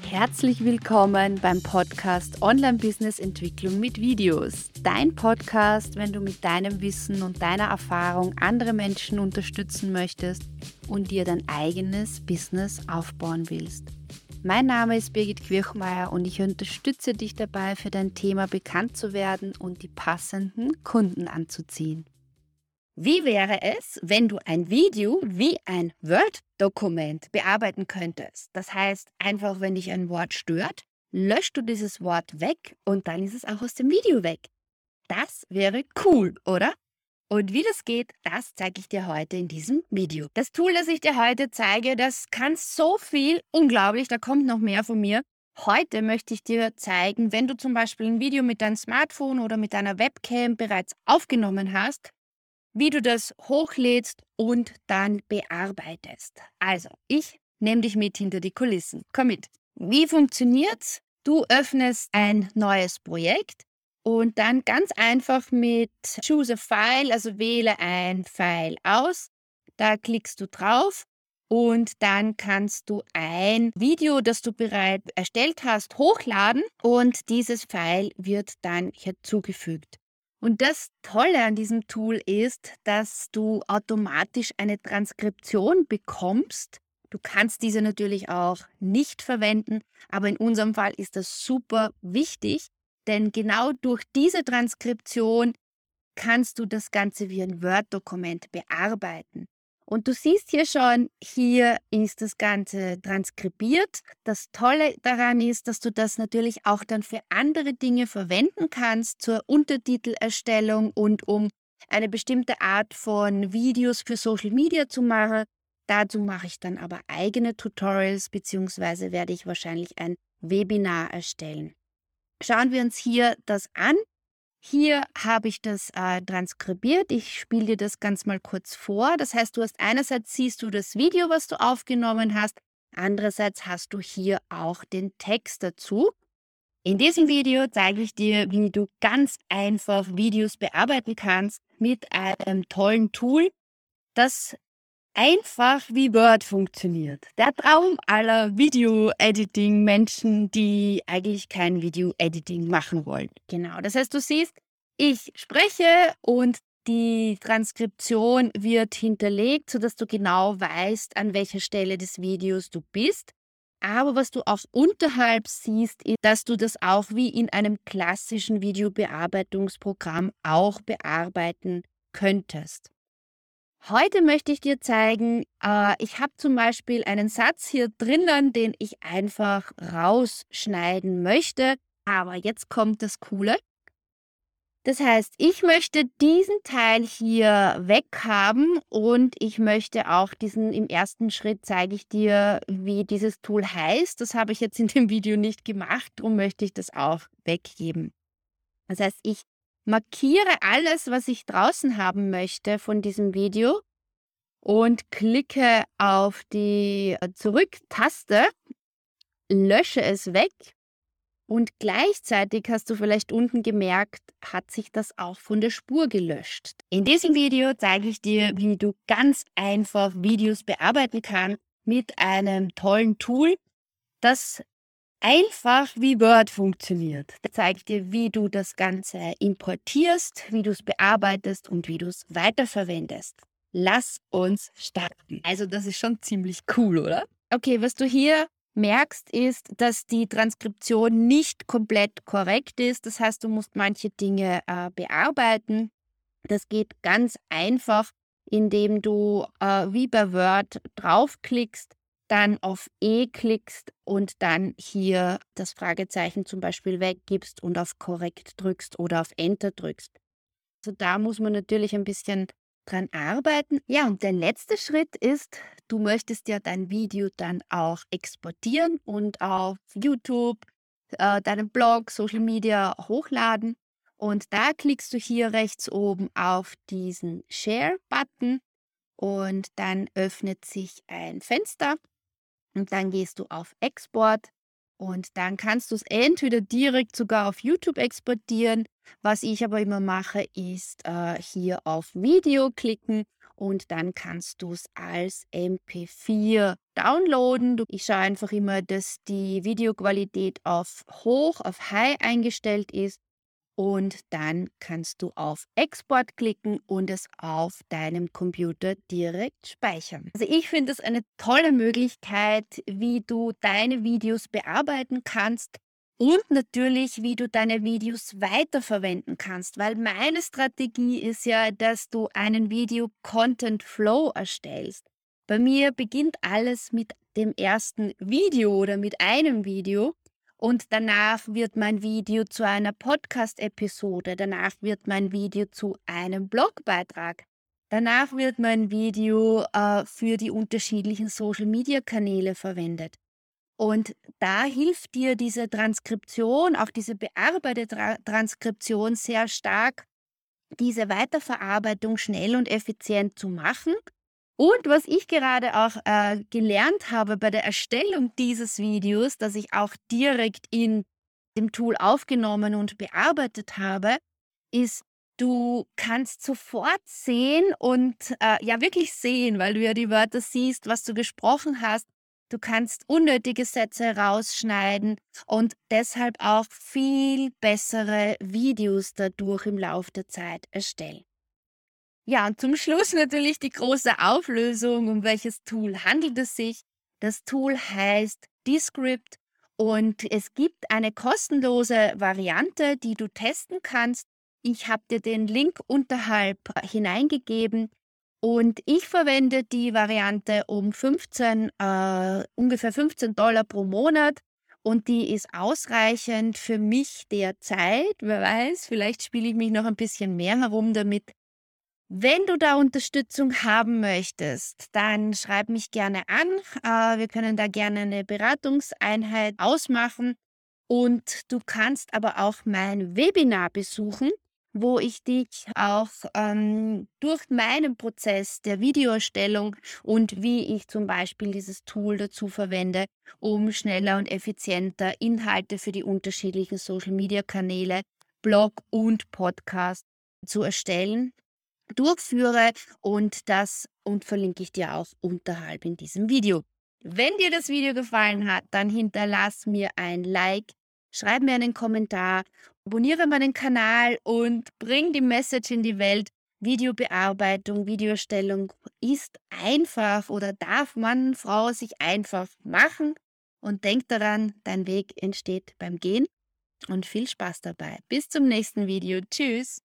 Herzlich willkommen beim Podcast Online-Business-Entwicklung mit Videos. Dein Podcast, wenn du mit deinem Wissen und deiner Erfahrung andere Menschen unterstützen möchtest und dir dein eigenes Business aufbauen willst. Mein Name ist Birgit Quirchmeier und ich unterstütze dich dabei, für dein Thema bekannt zu werden und die passenden Kunden anzuziehen. Wie wäre es, wenn du ein Video wie ein Word-Dokument bearbeiten könntest? Das heißt, einfach wenn dich ein Wort stört, löschst du dieses Wort weg und dann ist es auch aus dem Video weg. Das wäre cool, oder? Und wie das geht, das zeige ich dir heute in diesem Video. Das Tool, das ich dir heute zeige, das kann so viel, unglaublich, da kommt noch mehr von mir. Heute möchte ich dir zeigen, wenn du zum Beispiel ein Video mit deinem Smartphone oder mit deiner Webcam bereits aufgenommen hast, wie du das hochlädst und dann bearbeitest. Also, ich nehme dich mit hinter die Kulissen. Komm mit. Wie funktioniert's? Du öffnest ein neues Projekt und dann ganz einfach mit Choose a File, also wähle ein File aus. Da klickst du drauf und dann kannst du ein Video, das du bereits erstellt hast, hochladen und dieses File wird dann hinzugefügt. Und das Tolle an diesem Tool ist, dass du automatisch eine Transkription bekommst. Du kannst diese natürlich auch nicht verwenden, aber in unserem Fall ist das super wichtig, denn genau durch diese Transkription kannst du das Ganze wie ein Word-Dokument bearbeiten. Und du siehst hier schon, hier ist das Ganze transkribiert. Das Tolle daran ist, dass du das natürlich auch dann für andere Dinge verwenden kannst, zur Untertitelerstellung und um eine bestimmte Art von Videos für Social Media zu machen. Dazu mache ich dann aber eigene Tutorials, beziehungsweise werde ich wahrscheinlich ein Webinar erstellen. Schauen wir uns hier das an. Hier habe ich das transkribiert. Ich spiele dir das ganz mal kurz vor. Das heißt, du hast einerseits siehst du das Video, was du aufgenommen hast. Andererseits hast du hier auch den Text dazu. In diesem Video zeige ich dir, wie du ganz einfach Videos bearbeiten kannst mit einem tollen Tool, das einfach wie Word funktioniert. Der Traum aller Video-Editing-Menschen, die eigentlich kein Video-Editing machen wollen. Genau, das heißt, du siehst, ich spreche und die Transkription wird hinterlegt, sodass du genau weißt, an welcher Stelle des Videos du bist. Aber was du auch unterhalb siehst, ist, dass du das auch wie in einem klassischen Videobearbeitungsprogramm auch bearbeiten könntest. Heute möchte ich dir zeigen, ich habe zum Beispiel einen Satz hier drinnen, den ich einfach rausschneiden möchte. Aber jetzt kommt das Coole. Das heißt, ich möchte diesen Teil hier weghaben und ich möchte auch im ersten Schritt zeige ich dir, wie dieses Tool heißt. Das habe ich jetzt in dem Video nicht gemacht, darum möchte ich das auch weggeben. Das heißt, ich markiere alles, was ich draußen haben möchte von diesem Video und klicke auf die Zurück-Taste, lösche es weg und gleichzeitig hast du vielleicht unten gemerkt, hat sich das auch von der Spur gelöscht. In diesem Video zeige ich dir, wie du ganz einfach Videos bearbeiten kannst mit einem tollen Tool, das einfach wie Word funktioniert. Da zeige ich dir, wie du das Ganze importierst, wie du es bearbeitest und wie du es weiterverwendest. Lass uns starten. Also das ist schon ziemlich cool, oder? Okay, was du hier merkst, ist, dass die Transkription nicht komplett korrekt ist. Das heißt, du musst manche Dinge bearbeiten. Das geht ganz einfach, indem du wie bei Word draufklickst, dann auf E klickst und dann hier das Fragezeichen zum Beispiel weggibst und auf Korrekt drückst oder auf Enter drückst. Also da muss man natürlich ein bisschen dran arbeiten. Ja, und der letzte Schritt ist, du möchtest ja dein Video dann auch exportieren und auf YouTube, deinen Blog, Social Media hochladen. Und da klickst du hier rechts oben auf diesen Share-Button und dann öffnet sich ein Fenster und dann gehst du auf Export und dann kannst du es entweder direkt sogar auf YouTube exportieren. Was ich aber immer mache, ist hier auf Video klicken und dann kannst du es als MP4 downloaden. Ich schaue einfach immer, dass die Videoqualität auf hoch, auf high eingestellt ist. Und dann kannst du auf Export klicken und es auf deinem Computer direkt speichern. Also ich finde es eine tolle Möglichkeit, wie du deine Videos bearbeiten kannst und natürlich, wie du deine Videos weiterverwenden kannst, weil meine Strategie ist ja, dass du einen Video-Content-Flow erstellst. Bei mir beginnt alles mit dem ersten Video oder mit einem Video. Und danach wird mein Video zu einer Podcast-Episode, danach wird mein Video zu einem Blogbeitrag, danach wird mein Video für die unterschiedlichen Social-Media-Kanäle verwendet. Und da hilft dir diese Transkription, auch diese bearbeitete Transkription sehr stark, diese Weiterverarbeitung schnell und effizient zu machen. Und was ich gerade auch gelernt habe bei der Erstellung dieses Videos, das ich auch direkt in dem Tool aufgenommen und bearbeitet habe, ist, du kannst sofort sehen und ja wirklich sehen, weil du ja die Wörter siehst, was du gesprochen hast. Du kannst unnötige Sätze rausschneiden und deshalb auch viel bessere Videos dadurch im Laufe der Zeit erstellen. Ja, und zum Schluss natürlich die große Auflösung. Um welches Tool handelt es sich? Das Tool heißt Descript und es gibt eine kostenlose Variante, die du testen kannst. Ich habe dir den Link unterhalb hineingegeben und ich verwende die Variante um ungefähr $15 pro Monat und die ist ausreichend für mich derzeit. Wer weiß, vielleicht spiele ich mich noch ein bisschen mehr herum damit. Wenn du da Unterstützung haben möchtest, dann schreib mich gerne an. Wir können da gerne eine Beratungseinheit ausmachen und du kannst aber auch mein Webinar besuchen, wo ich dich auch durch meinen Prozess der Videoerstellung und wie ich zum Beispiel dieses Tool dazu verwende, um schneller und effizienter Inhalte für die unterschiedlichen Social-Media-Kanäle, Blog und Podcast zu erstellen, durchführe und verlinke ich dir auch unterhalb in diesem Video. Wenn dir das Video gefallen hat, dann hinterlass mir ein Like, schreib mir einen Kommentar, abonniere meinen Kanal und bring die Message in die Welt. Videobearbeitung, Videoerstellung ist einfach oder darf Mann, Frau sich einfach machen und denk daran, dein Weg entsteht beim Gehen und viel Spaß dabei. Bis zum nächsten Video. Tschüss.